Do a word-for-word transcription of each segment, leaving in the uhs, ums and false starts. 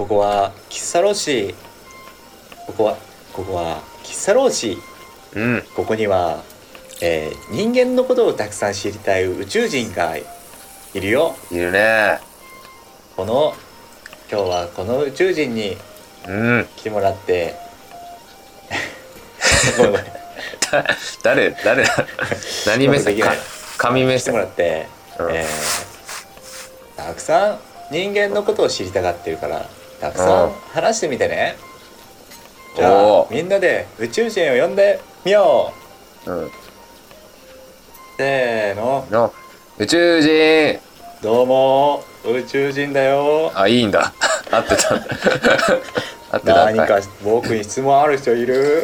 ここは喫茶ローシここはここは喫茶ローシうんここには、えー、人間のことをたくさん知りたい宇宙人がいるよ。 いるね。 この今日はこの宇宙人にうん来てもらってごめんごめん誰誰だ何目線か神目来ても線。 らって、 うんえー、たくさん人間のことを知りたがってるからたくさん話してみてね。じゃあおーみんなで宇宙人を呼んでみよう。 うんせーの。 の宇宙人。 どうも宇宙人だよ。 あ、いいんだ。合ってた。合ってた。 何か僕に質問ある人いる？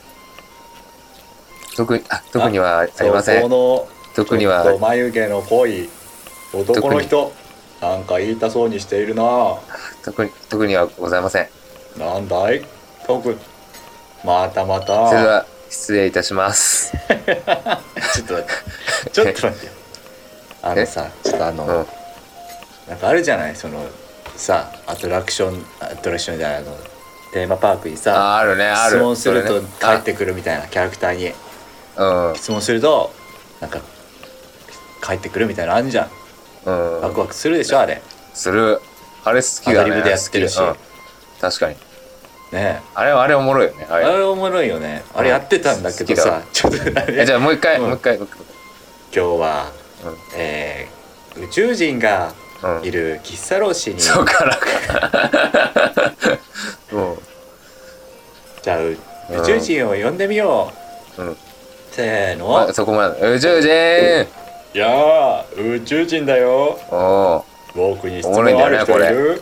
特にあ特にはありません。 そこの特にはちょっと眉毛の濃い男の人なんか言いたそうにしているな。 特に特にはございません。 なんだい特またまたそれでは失礼いたします。 ちょっと待ってちょっと待ってよ。あのさちょっとあの、 うんなんかあるじゃないそのさアトラクションアトラクションじゃないあのテーマパークにさああるねある。 質問するとそれね帰ってくるみたいなキャラクターにあ質問するとなんか帰ってくるみたいなのあんじゃん。 うんうんワクワクするでしょあれする。あれ好きだね。 アドリブでやってるし好きうん確かにねあれはあれおもろいよね。あえ。 れあれおもろいよね。あれやってたんだけどさちょっとあれえじゃあもう一回、 うんもう一回もう一今日は、 うんえー、宇宙人が回うんいる喫茶ローシにそうからかうんじゃあう宇宙人を呼んでみよう。 うんせーの。 あそこまで宇宙人。 いやー宇宙人だよ。 おお僕に質問ある人いる？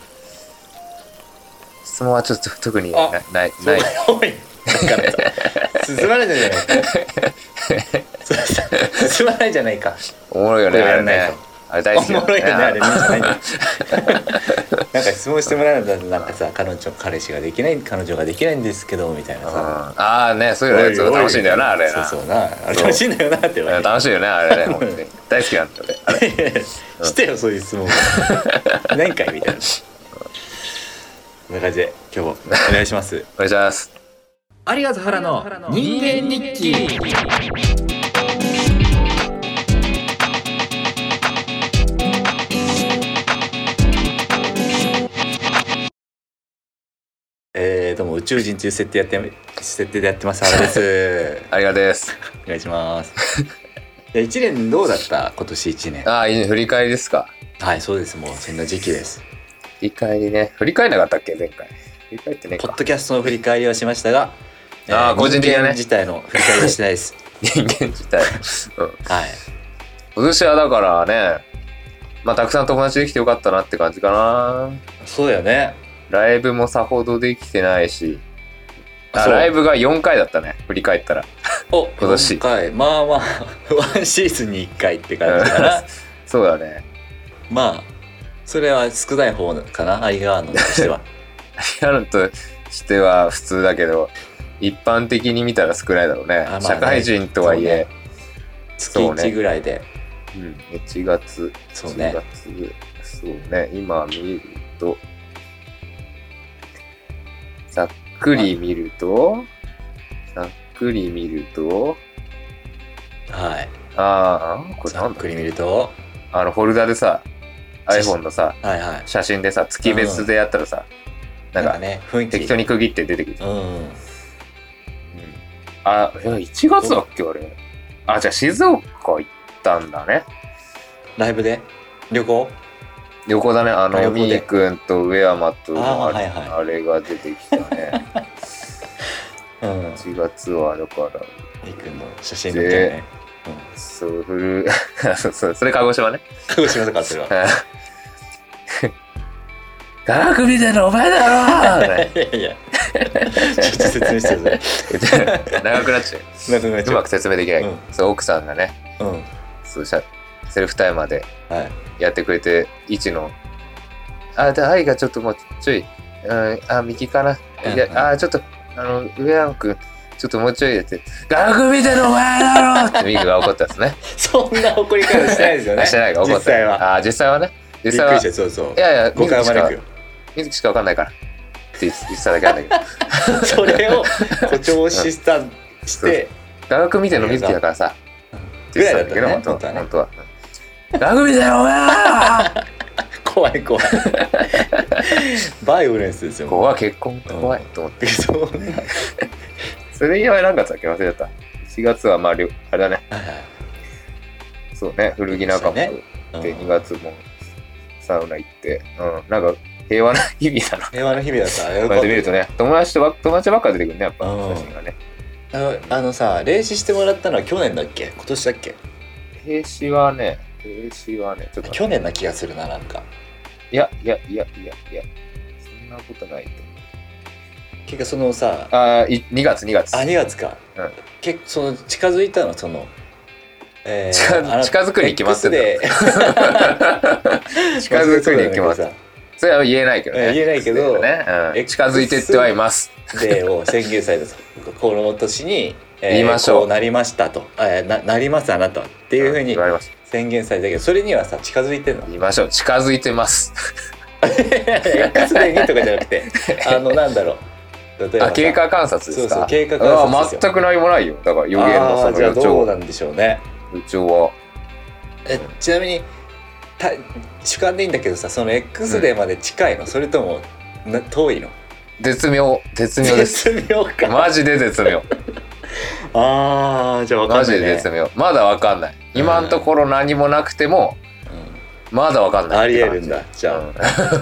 質問はちょっと特にあないないない。 おいだからさ進まないじゃないかそうそう進まないじゃないか。 おもろいよねあれこれやんないね。あれ大お好きだもろいよねあれ見あじゃないんだなんか質問してもらうんだとなんかさ彼女彼氏ができない彼女ができないんですけどみたいなさうんああねそういうのやつが楽しいんだよなあれな。 そうそうなあれ楽しいんだよなって言われて楽しいよねあれね本当に大好きなんだよねあれ。 してよそういう質問何回みたいなこんな感じで今日もお願いしますお願いします。 ありがとう原の人間日記。えー、どうも宇宙人という設定やって設定でやってます原ですありがとうです。 お願いしますいちねんどうだった今年いちねん。 ああいいね振り返りですか。 はいそうですもうそんな時期です。 振り返りね振り返んなかったっけ前回。振り返ってねえか。 ポッドキャストの振り返りはしましたがあー個人的なね人間自体の振り返りはしてないです人間自体。うんはい今年はだからねまあたくさん友達できてよかったなって感じかな。 そうだよね。 ライブもさほどできてないしあそうライブがよんかいだったね振り返ったら。 お今年よんかいまあまあワンシーズンにいっかいって感じかなそうだね。 まあそれは少ない方かなアイガーノとしてはやるとしては普通だけど一般的に見たら少ないだろうね。 あまあね社会人とはいえ月そうねいちぐらいでうん、いちがつそうねいちがつそうね今見るとざっくり見るとざっくり見るとはいああこれざっくりなんだ見るとあのフォルダでさ写真 iPhone のさはいはい写真でさ月別でやったらさ、なんかね雰囲気適当に区切って出てくる。 うん、うん、 あえいちがつだっけあれ。あじゃあ静岡行ったんだね。 ライブで旅行旅行だねあのあ旅行でみーくんと上山とのあれ,、 あーはいはいあれが出てきたね。 うんいちがつはだからりくんの写真の件ね、 そうフルそうそうそれ鹿児島ね。 鹿児島とかそれは科学見てるお前だろいやいやちょっと説明してください長くなっちゃうなくなっちゃううまく説明できない、 うんそう奥さんがねうんそうしゃセルフタイマーではいやってくれて位置のあで愛がちょっともうちょい、うん、あ右かな、いやうんうんあちょっとあの上山くんちょっともうちょい入れて「科学見てるお前だろ!」ってミクが怒ったんですね。 そんな怒り方してないですよねしてないか怒った。 実際はあ実際はね実びっくり際はしてそうそういやいや誤解をミクしか招くよ水木しかわかんないからって言ってただけなんだけどそれを誇張したして画角見ての水木だからさぐらいだったね本当本当はね本当は画角見てよお前怖い怖いバイオレンスですよ怖い結婚怖いと思ってそんなそれ以外何月だっけ忘れちゃったしがつはまありょあれだねそうね古着仲間ねでにがつもサウナ行ってうんなんか平和な日々だな平和の日々だったらよこうやって見るとね友達とば友達ばっか出てくるねやっぱうん写真がねあのあのさ霊視してもらったのは去年だっけ今年だっけ兵士はね兵士はねちょっと去年な気がするななんかいやいやいやいやいやそんなことないと思う結局そのさあいにがつにがつあにがつか、 うん、 結構その近づいたのその、えー、 近づあの近づくに決まってんだ X で近づくに決まってさそれは言えないけどね言えないけどね、うん、 X 近づいてってはいますデーを宣言されたとこの年に、えー、 言いましょうこうなりましたと、えー、な, なりますあなたはっていうふうに言われます宣言されたけどそれにはさ近づいてんの言いましょう近づいてます X デーにとかじゃなくてあのなんだろう例えばあ経過観察ですかそうそう経過観察ですよあ全く何もないよだから予言のそあーじゃあの予兆どうなんでしょうね予兆はえちなみにた主観でいいんだけどさその X デーまで近いの、うん、それともな遠いの絶妙絶妙です絶妙かマジで絶妙あーじゃあ分かんない、ね、 マジで絶妙まだ分かんない今のところ何もなくても、うん、まだ分かんないありえるんだじゃあ、うん、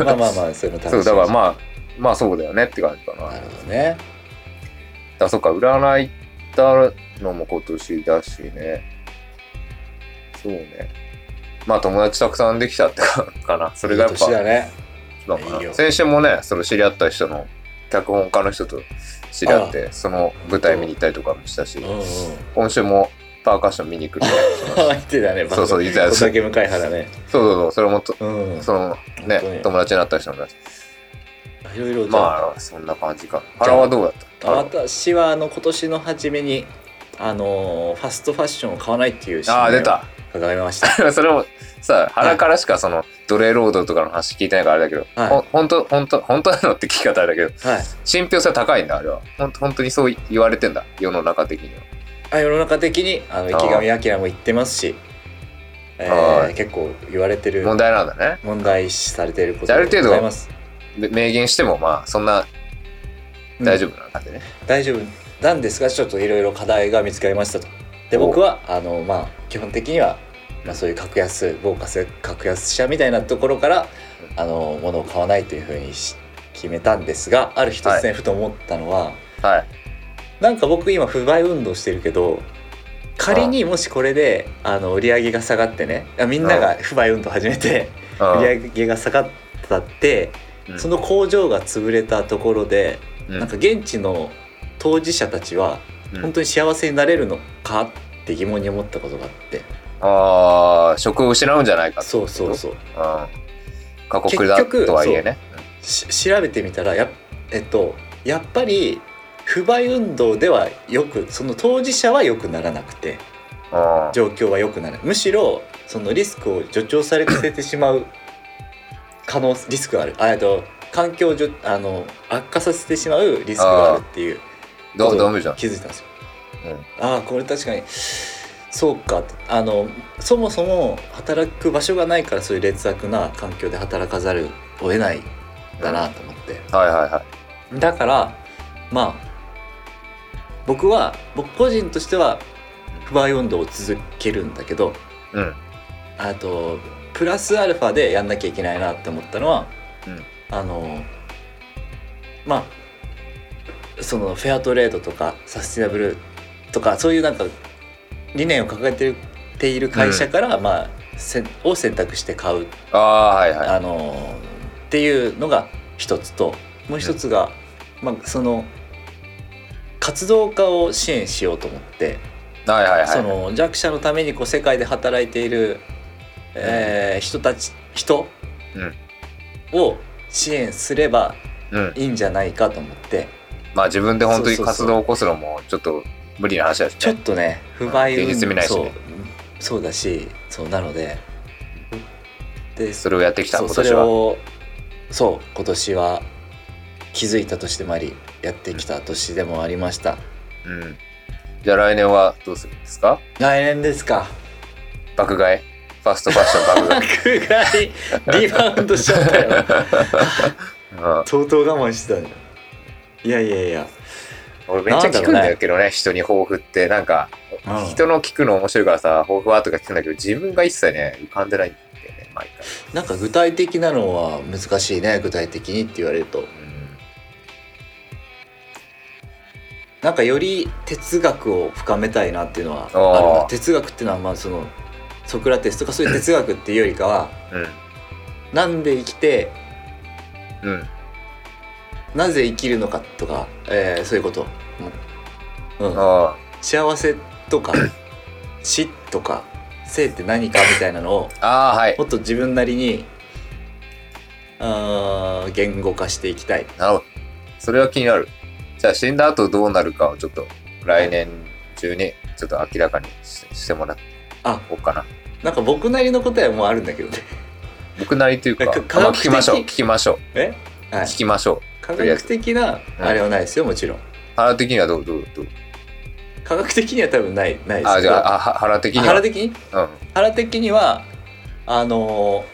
まあまあまあそういうの楽しみそうだからまあまあそうだよねって感じかななるほどねだそっか占い行ったのも今年だしねそうねまあ友達たくさんできたってかなそれがやっぱいい年だね一番かないいよ先週もねその知り合った人の脚本家の人と知り合ってその舞台見に行ったりとかもしたし、 うんうん、 今週もパーカッション見に来る言ってたねそうそう言ってたお酒向かい原ねそうそうそうそれもと、 うん、 そのね友達になった人なんだいろいろまあそんな感じか原はどうだった私はあの今年の初めにあのファストファッションを買わないっていうああ出た掲げましたそれもさ原からしかその奴隷労働とかの話聞いてないからあれだけど、はい、ほ本当本当本当なのって聞き方あれだけど、はい、信憑性高いんだあれはほん本当にそう言われてんだ世の中的にはあ世の中的にあの池上彰も言ってますし、えー、結構言われてる問題なんだね問題視されてることでございます明言してもまあそんな大丈夫な感じね、 うん、大丈夫なんですがちょっといろいろ課題が見つかりましたとで僕はあのまあ基本的には、まあ、そういう格安豪華格安社みたいなところからあの物を買わないというふうに決めたんですがある日突然ふと思ったのは、 はい、 なんか僕今不買運動してるけど仮にもしこれであの売り上げが下がってねみんなが不買運動始めて売り上げが下がったってその工場が潰れたところで、うん、なんか現地の当事者たちは本当に幸せになれるのかって疑問に思ったことがあって、 ああ職を失うんじゃないかってそうそうそう、うん、 過酷だとはいえね調べてみたらや、えっと、やっぱり不買運動ではよくその当事者は良くならなくて状況は良くならないむしろそのリスクを助長されてしまう可能リスクがあるあと環境をじょあの悪化させてしまうリスクがあるっていうことに気づいたんですよ。うん、ああこれ確かにそうかあのそもそも働く場所がないからそういう劣悪な環境で働かざるを得ないんだなと思って、 うん、はいはいはい。 だからまあ僕は僕個人としては不買運動を続けるんだけど、うん、あとプラスアルファでやんなきゃいけないなって思ったのは、うん、あのまあそのフェアトレードとかサスティナブルとかそういうなんか理念を掲げている会社から、うん、まあせを選択して買うあ、はいはい、 あのっていうのが一つともう一つが、うんまあ、その活動家を支援しようと思って、 はいはいはい、 その弱者のためにこう世界で働いている、えー、人たち人を支援すればいいんじゃないかと思って、うん、 まあ自分で本当に活動を起こすのもちょっと無理な話だしね。 ちょっとね不買運動、 現実見ないしね。 そう、そうだしそうなのででそれをやってきたそうそれをそう今年は気づいた年でもありやってきた年でもありました。 うん。じゃあ来年はどうするんですか？ 来年ですか。 爆買い、ファストファッション爆買い。 爆買いリバウンドしちゃったよ。相当我慢してたんだよ。いやいやいや。 俺めっちゃ聞くんだけどね、人に抱負ってなんか、うん、人の聞くの面白いからさ抱負はとか聞くんだけど自分が一切ね浮かんでないんだよね毎回。 なんか具体的なのは難しいね。具体的にって言われると、うん、なんかより哲学を深めたいなっていうのはあるな。哲学っていうのはまあそのソクラテスとかそういう哲学っていうよりかは、うん、なんで生きて、うん、なぜ生きるのかとか、えー、そういうこと、うん、あ幸せとか死とか生って何かみたいなのをあ、はい、 もっと自分なりにあ言語化していきたい。 なるほど、それは気になる。じゃあ死んだ後どうなるかをちょっと来年中にちょっと明らかに し, してもらおうかな。 なんか僕なりの答えはもうあるんだけどね。 僕なりというか、かまあ、聞きましょう聞きましょうえ、はい、 聞きましょう。 科学的なあれはないですよ、うん、もちろん。 腹的にはどうどうどう科学的には多分ないないですけど。 あ、じゃあ、あ、腹的には腹的に、うん、腹的にはあの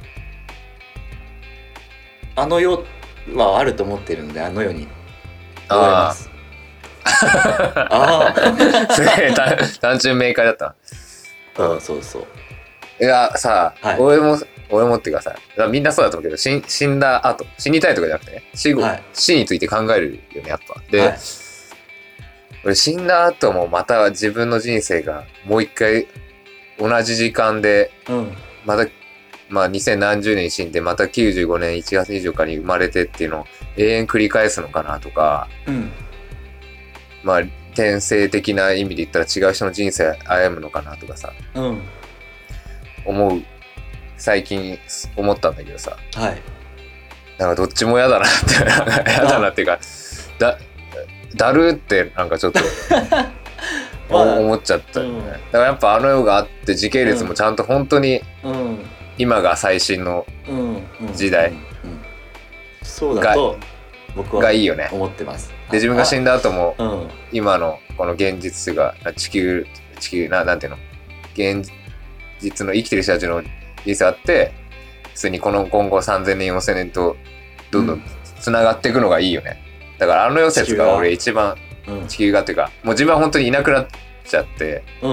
ー、あの世はあると思っているので、あの世に思います。ああすげえ単純明快だった。 そうそうそう。 いやさ、はい、俺も俺もっていうかさ、みんなそうだと思うけど、死死んだ後、死にたいとかじゃなくてね、死後、はい、死について考えるよねやっぱ。で、はい、俺死んだ後もまた自分の人生がもう一回同じ時間で、うん、またまあにせん何十年に死んでまたきゅうじゅうごねんいちがつにじゅうよっかに生まれてっていうのを永遠繰り返すのかなとか、うん、まあ転生的な意味で言ったら違う人の人生歩むのかなとかさ、うん、思う最近思ったんだけどさ、はい、なんかどっちも嫌だなって嫌だなっていうかだだるってなんかちょっと思っちゃったよね、うん、だからやっぱあの世があって時系列もちゃんと本当に今が最新の時代が僕はいいよね。 思ってます。 で自分が死んだ後も今のこの現実が地球地球ななんていうの現実の生きてる人たちの人生あって普通にこの今後さんぜんねんよんせんねんとどんどんつながっていくのがいいよね。だからあの世説が俺一番地球がっていうか、うん、もう自分は本当にいなくなっちゃって、うん、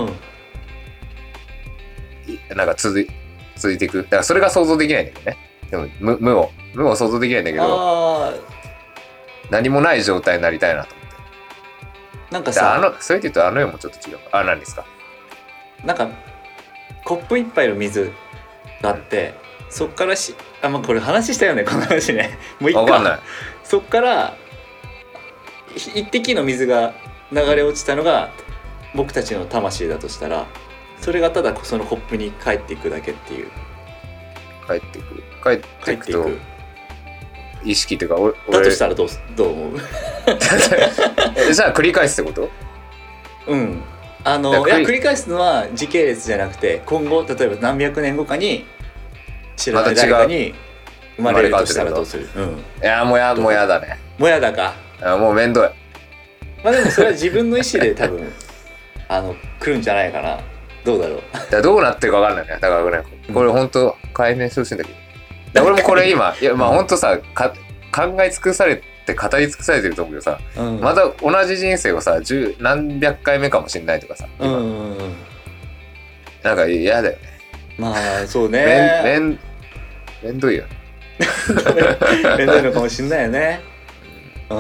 なんか続い続いていく。だからそれが想像できないんだけどね。でも 無, 無を無を想像できないんだけど何もない状態になりたいなと思って。なんかさあのそれで言うとあの世もちょっと違う。あ、何ですか。 なんかコップ一杯の水があって、うん、そっからしあ、まあ、これ話したよねこの話ね。もう一回。分かんない。そっから一滴の水が流れ落ちたのが僕たちの魂だとしたら、それがただそのコップに帰っていくだけっていう。 帰っていく帰っていくと意識というか俺だとしたらどうどう思うじゃあ繰り返すってこと？ うんあのいや繰り返すのは時系列じゃなくて今後例えば何百年後かに知らない誰かに生まれるとしたらどうする？うん、 いやもうやもうやだね。 もうやだか。 もうめんどい。 まあでもそれは自分の意思で多分あの来るんじゃないかな。どうだろう。 だどうなってるか分かんないね。だからねこれ本当解明してほしいんだけど。俺もこれ今いやまあ本当さか考え尽くされて語り尽くされてると思うけどさ、うん、また同じ人生をさ十何百回目かもしれないとかさ、うんうんうん、なんか嫌だよね。 まあそうね。 めんめんめんどいよ。 めんどいのかもしれないよね。うん。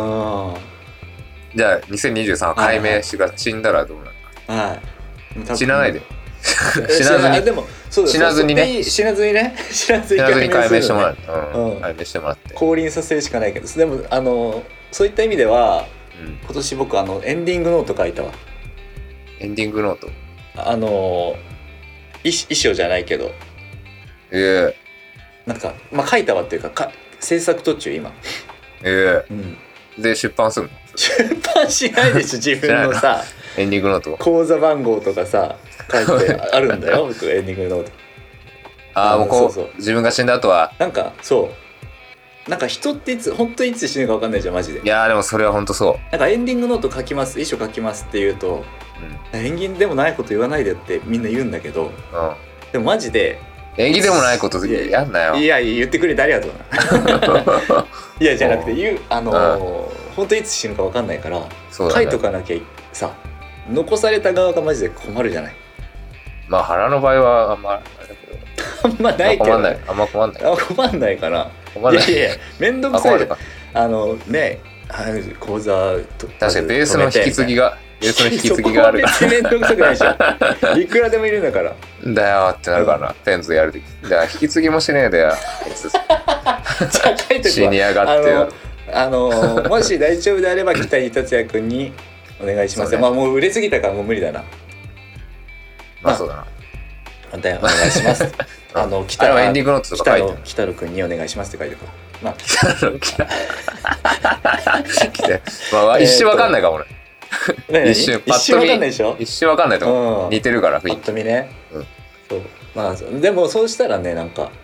じゃあにせんにじゅうさんは解明してください。死んだらどうなるか。はい。死なないで。死なずに。でもそう死なずにね。 死なずにね。死なずに解明してもらう。うん。解明してもらって。 降臨させるしかないけど、でもあのそういった意味では、うん、今年僕あのエンディングノート書いたわ。 エンディングノート。 あの衣装じゃないけど。 ええー。なんかまあ書いたわっていうか、か制作途中今。 ええー。うん。で出版するの？ 出版しないでしょ自分のさエンディングノート口座番号とかさ書いてあるんだよ僕エンディングノート。 ああもうこうそうそう自分が死んだ後はなんかそうなんか人っていつ本当にいつ死ぬか分かんないじゃんマジで。 いやでもそれは本当そう。 なんかエンディングノート書きます遺書書きますって言うと、うん、縁起でもないこと言わないでってみんな言うんだけど、うん、でもマジで縁起でもないことやんなよ。 いや言ってくれてありがとうな。いやじゃなくて言うあのー、本当にいつ死ぬか分かんないから、ね、書いとかなきゃさ残された側がマジで困るじゃない。 まあ腹の場合はあんまあれだけどあんまないけど、ね、 あんま困んない。 あんま困んないかな。 困んない。 いやいや面倒くさい。あ, あのね口座と確かにベースの引き継ぎがベースの引き継ぎがあるから。 そこは別に面倒くさくないでしょ。いくらでもいるんだから。 だよってなるからな、うん、ペンズやるとき。だから引き継ぎもしねえだよ。死にやがってよ。 あのあのもし大丈夫であれば北井達也君にお願いします。ね、まあもう売れすぎたからもう無理だな。 まあそうだな。 お願いします。あの北野エンディングノートとか書いて北野君にお願いしますって書いてるから。まあ北野北北まあ一瞬わかんないかもね。一瞬パッと見わかんないでしょ。 一瞬わかんないと思う。似てるから雰囲気。 パッと見ね。うん。そうまあでもそうしたらねなんか、うん、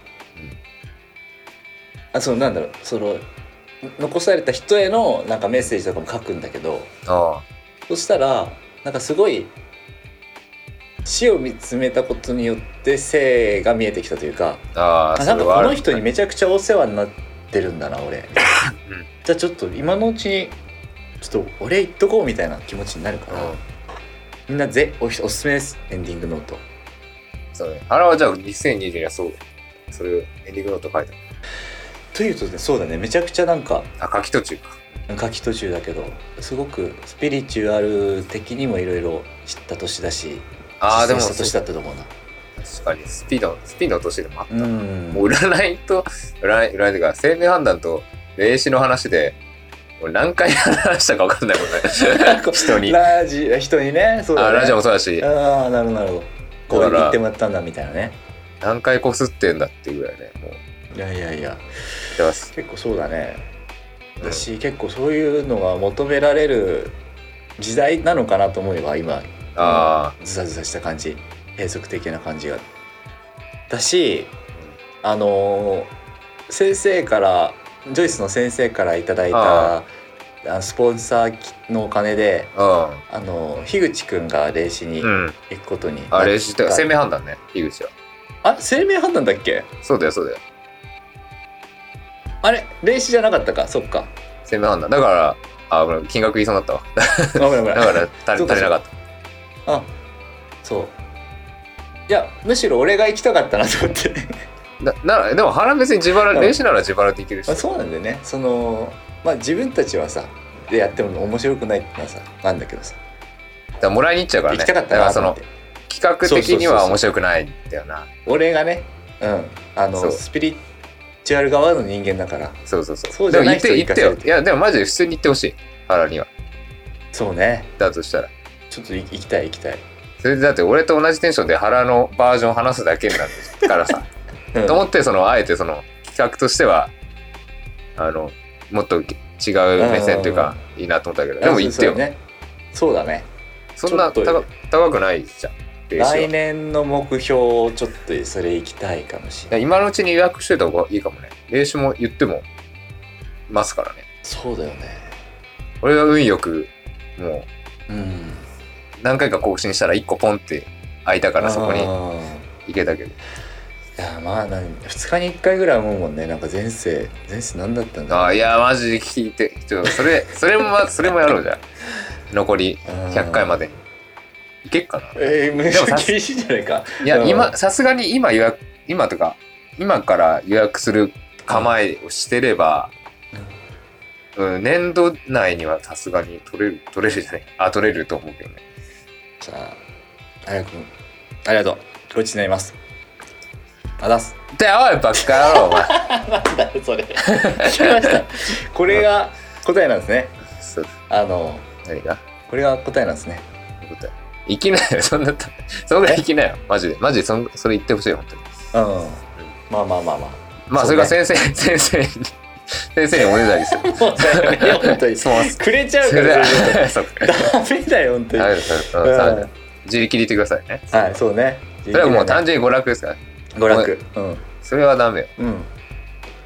あそうなんだろうその残された人へのなんかメッセージとかも書くんだけど、あそしたらなんかすごい死を見つめたことによって生が見えてきたというか、ああなんかこの人にめちゃくちゃお世話になってるんだな俺、うん、じゃあちょっと今のうちにちょっと俺言っとこうみたいな気持ちになるから、うん、みんなぜ お, おすすめですエンディングノート。 そうね。あれはじゃあにせんにじゅうにはそうそれエンディングノート書いたというとねそうだねめちゃくちゃなんかあ書き途中か書き途中だけどすごくスピリチュアル的にもいろいろ知った年だしあでもした年だったと思うな。 確かにスピのスピの年でもあった。うんもう占いと占い占いというか生命判断と霊視の話で俺何回話したか分かんないもんね。人にラジ人にねそうだね。 あラジオもそうだしああなるほどなるほどこう言ってもらったんだみたいなね。 何回こすってんだっていうぐらいねもういやいやいや結構そうだね。私、うん、結構そういうのが求められる時代なのかなと思えば今あずさずさした感じ閉塞的な感じがだし、あの先生からジョイスの先生からいただいたあスポンサーのお金でああの樋口くんが霊視に行くことに、うん、 あ霊視って生命判断ね樋口はあ生命判断だっけ。 そうだよそうだよあれ霊視じゃなかったかそっか生命判断だからあ金額言いそうになったわだから足りなかったあそういやむしろ俺が行きたかったなと思ってななでも腹別に自腹霊視なら自腹できるし、 まあ、そうなんだよねそのまあ自分たちはさでやっても面白くないってのはさなんだけどさだからもらいに行っちゃうからね行きたかったなと思って企画的には面白くないんだよな俺がねうんあのスピリチュアル側の人間だからそうそうそうそうじゃない人に行ってよいやでもマジで普通に行ってほしい腹にはそうねだとしたらちょっと行きたい行きたいそれでだって俺と同じテンションで腹のバージョン話すだけになるからさ、うん、と思ってそのあえてその企画としてはあのもっと違う目線というかいいなと思ったけどでも行ってよ、 ね、そうだねそんな高, 高くないじゃん来年の目標ちょっとそれ行きたいかもしれない今のうちに予約しといた方がいいかもね霊視も言ってもますからねそうだよね俺は運よくもう、 うん何回か更新したらいっこポンって開いたからそこに行けたけどいやまあふつかにいっかいぐらい思うもんねなんか前世前世何だったんだろうあいやマジで聞いてちょそれそれもそれもやろうじゃん残りひゃっかいまでにいけっかなえー、めっちゃ厳しいじゃないかいや今さすがに今予約今とか今から予約する構えをしてれば、うんうん、年度内にはさすがに取れる取れるじゃないあ取れると思うけどねじゃあ、あやくん、ありがとう。ごちになります。あざす。 っておい、ばっか野郎、お前。 なんだよ、それ。聞きました。これが答えなんですね。 そう。 あの、 何がこれが答えなんですね。 答え。生きなよ、そんな、そんぐらい生きなよ。マジで。マジでそ、それ言ってほしいよ、本当に。 うん。まあまあまあまあ。 まあ、それが先生、先生に。先生におねだりする。 もうだよね、本当に。くれちゃうから。 そう。 ダメだよ、本当に。 自力で言ってくださいね。 はい、そうね。 それはもう単純に娯楽ですから。 娯楽。うん。 それはダメよ。 うん。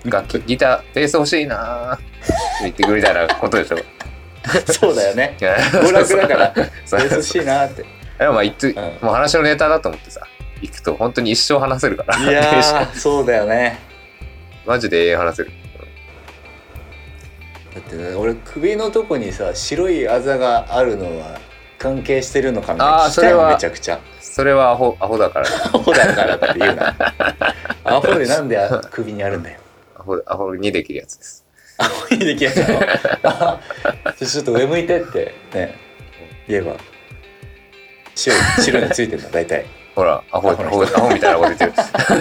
楽器ギターベース欲しいなって言ってくるみたいなことでしょ。 そうだよね。娯楽だからベース欲しいなって。 でもまあ言って、うん、もう話のネタだと思ってさ行くと本当に一生話せるから。 いやーそうだよね。 マジで永遠話せる。 だって、ね、俺首のとこにさ白いあざがあるのは関係してるのかみたいな。 あそれはめちゃくちゃ。 それはアホアホだから。 アホだからって言うな。アホでなんで首にあるんだよ。 アホアホにできるやつです。 アホにできるやつなの。ちょっと上向いてってね言えば白白についてるんだ大体。 ほらアホアホアホみたいなこと言ってる。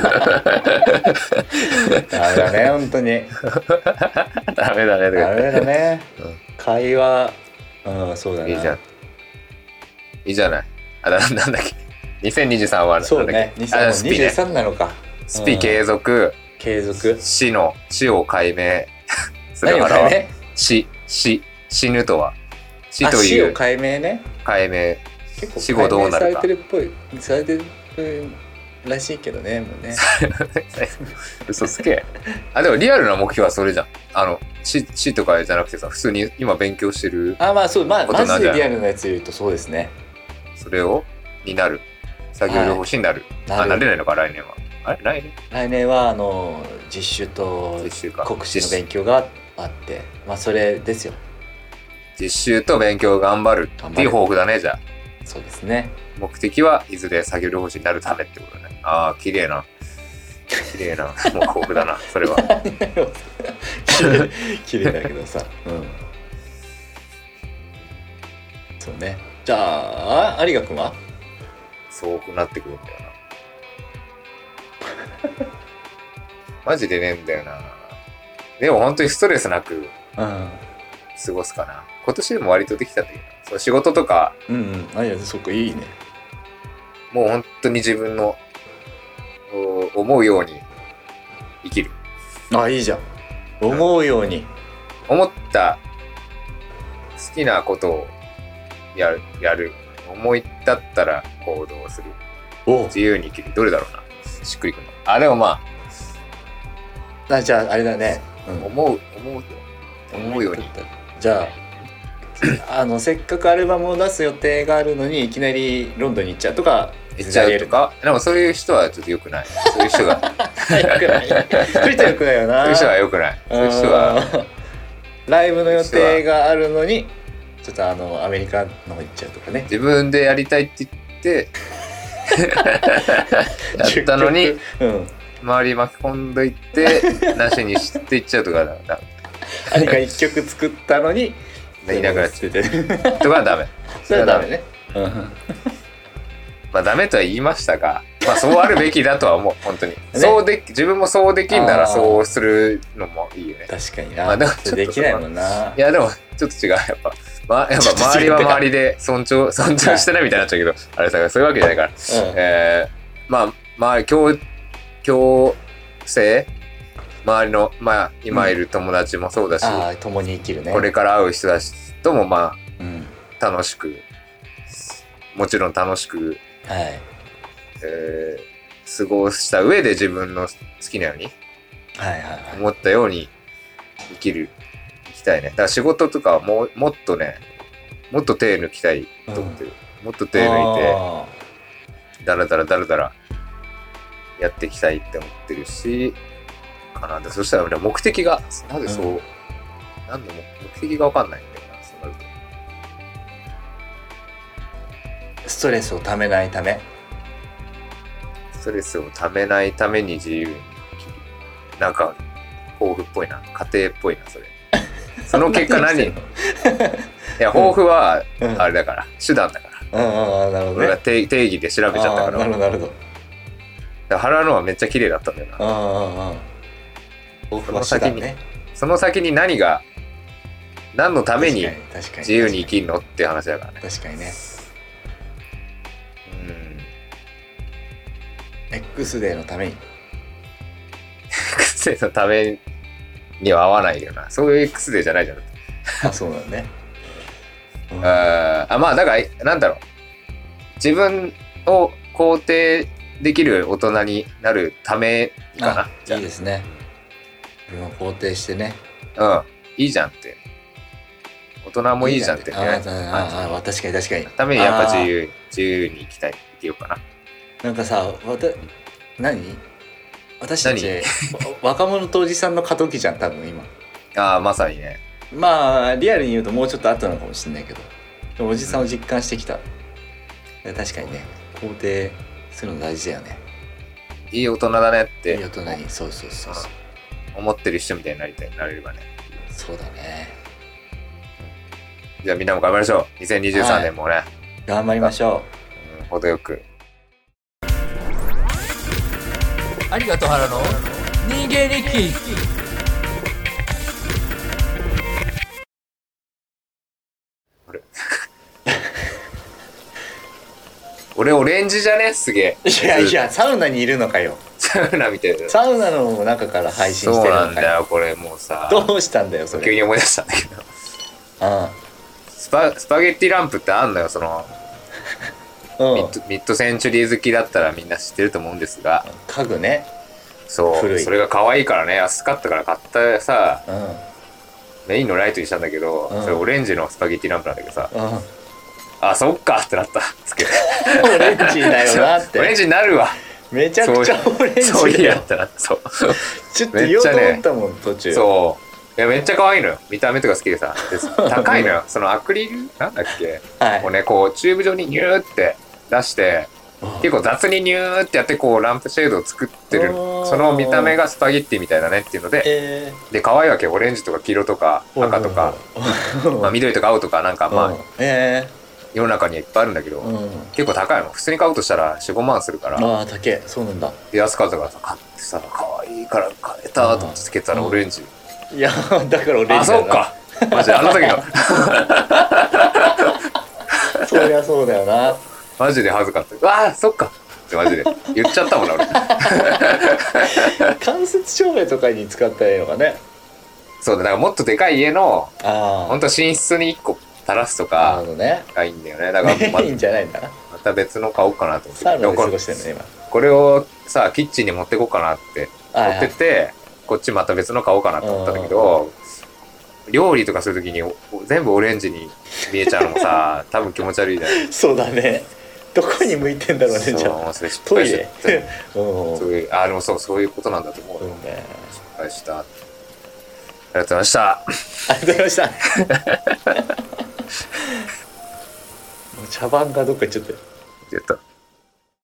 ダメだね本当に。 ダメだね。 ダメだね。うん、会話うんそうだね。 いいじゃん。いいじゃない。あだなんだっけ。にせんにじゅうさんはそうね。にせんにじゅうさんなのか。 スピ継続。 継続。 死の死を解明するからは死死死ぬとは死という死を解明ね。 解明。 結構死後どうなるか。されてるっぽいされてるらしいけどねもうね。 嘘つけ。あでもリアルな目標はそれじゃん。あの死死とかじゃなくてさ普通に今勉強してる。 あまあそうまあマジでリアルなやつ言うとそうですね。 それをになる作業療法士になる。はい、なあなれないのか来年は。あれ来年？ 来年はあの実習と国試の勉強があってまあそれですよ。 実習と勉強頑張るっていう抱負だねじゃあ。 そうですね。 目的はいずれ作業療法士になるためってことね。ああ綺麗な綺麗な目標だなそれは。 綺麗だけどさ。うん。そうね。じゃあ有賀君は？ そうなってくるんだよな。マジでねえんだよな。でも本当にストレスなく過ごすかな。うん、今年でも割とできたんだけど。そう仕事とか。 うんうん。あいやそっかいいね。 もう本当に自分の思うように生きる。 あいいじゃん。思うように。 思った好きなことをやる。やる思い立ったら行動する。自由に生きる。どれだろうな。しっくりくるの。あでもまあ。あじゃああれだね。 うん、思う思う思うように。 じゃああのせっかくアルバムを出す予定があるのにいきなりロンドンに行っちゃうとか行っちゃうとか。でもそういう人はちょっと良くない。そういう人が良くない。そういう人は良くないよな。 そういう人は良くない。そういう人はライブの予定があるのにちょっとあのアメリカの方行っちゃうとかね。 自分でやりたいって言ってやったのに、うん、周り巻き込んどいてなしにしていっちゃうとかだ。 兄が一曲作ったのにいなくなっててとかはダメ。 それはダメね。 まあダメとは言いましたが、まあそうあるべきだとは思う本当に。ね、そうで自分もそうできんならそうするのもいいよね。 確かにな。 まあでもちょっとできないもんな。 いやでもちょっと違うやっぱ。まあ、やっぱ周りは周りで尊重尊重してないみたいになっちゃうけど、あれさそういうわけじゃないから。うん、えー、まあまあ共共生周りのまあ今いる友達もそうだし、うん、 あ共に生きるね。 これから会う人たちともまあ、うん、楽しくもちろん楽しく、はいえー、過ごした上で自分の好きなように、はいはいはい、思ったように生きる生きたいね。だから仕事とかはもうもっとねもっと手抜きたいと思ってる、うん、もっと手抜いてだらだらだらだらやっていきたいって思ってるしかな。でそしたら目的がなぜそう、うん、何の目的が分かんないんだよな。そうなるとストレスをためないためストレスをためないために自由に生きる。なんか抱負っぽいな。家庭っぽいなそれ。その結果何？いや抱負はあれだから、うん、手段だから。 ああなるほどね。 俺が定義で調べちゃったから。 なるほどなるほど。 払うのはめっちゃ綺麗だったんだよな。 ああ抱負は手段ね。 その先に何が何のために自由に生きるのって話だからね。 確かにね。うん。X デーのために。 X デーのためには合わないよな。そういう X デーじゃないじゃん。 あ、そうなんね。 うん、ああまあだからなんだろう。自分を肯定できる大人になるためかな。 いいですね。 分を肯定してね。 うんいいじゃんって大人もいいじゃんってね。 あああ確かに確かに。 ためにやっぱ自由自由に生きたい生きようかな。 なんかさわた何私たち若者とおじさんの過渡期じゃん多分今。 ああまさにね。 まあリアルに言うともうちょっと後なのかもしれないけどでもおじさんを実感してきた、うん、確かにね肯定するの大事だよね。 いい大人だねっていい大人にそうそうそうそう思ってる人みたいになりたいなれればね。 そうだね。 じゃあみんなも頑張りましょう。にせんにじゅうさんねんもね、はい、 頑張りましょう、うん、程よく。 有賀と原の人間日記。 俺オレンジじゃねすげえ。 いやいやサウナにいるのかよ。 サウナみたいな。 サウナの中から配信してるのかよ。 そうなんだよこれもうさ。 どうしたんだよそれ。 急に思い出したんだけど。ああスパスパゲッティランプってあんのよそのミッド、ミッドセンチュリー好きだったらみんな知ってると思うんですが。 家具ね。 そうそれが可愛いからね安かったから買ったさ、うん、メインのライトにしたんだけど、うん、それオレンジのスパゲッティランプなんだけどさ、うん、あそっかってなったつけオレンジだよなってオレンジになるわめちゃくちゃオレンジだよそういやったなそうちょっと言おうと思ったもん、ね、途中そういやめっちゃ可愛いのよ見た目とか好きでさで高いのよそのアクリルなんだっけ、はい、をねこうチューブ状にニューって出して結構雑にニューってやってこうランプシェードを作ってるその見た目がスパゲッティみたいだねっていうので、えー、で可愛いわけオレンジとか黄色とか赤とかまあ緑とか青とかなんかまあ、えー、世の中にはいっぱいあるんだけど、うん、結構高いの普通に買うとしたら よん,ご 万するからああ高えそうなんだで安かったからさ買ってさ可愛いから買えたと思ってつけたらオレンジ、 うん、いやだからオレンジだなあそうかマジであの時のそりゃそうだよなマジで恥ずかった。わあ、そっかってマジで言っちゃったもんな俺。 間接照明とかに使ったらいいのかね。 そうだ、だからもっとでかい家の本当寝室にいっこ垂らすとかがいいんだよね。だからまいいんじゃないんだな。 また別の買おうかなと思って。 サウナで過ごしてんの今。 これをさキッチンに持ってこうかなって持ってって、はいはい、こっちまた別の買おうかなと思ったんだけど。料理とかするときに全部オレンジに見えちゃうのもさ多分気持ち悪いじゃない。 そうだね。どこに向いてんだろうねじゃあ。 それ失敗しちゃってそういうあでもそうそういうことなんだと思うよ、うんね、失敗した。ありがとうございました。 ありがとうございましたもう茶番がどっか行っちゃったよ。 やった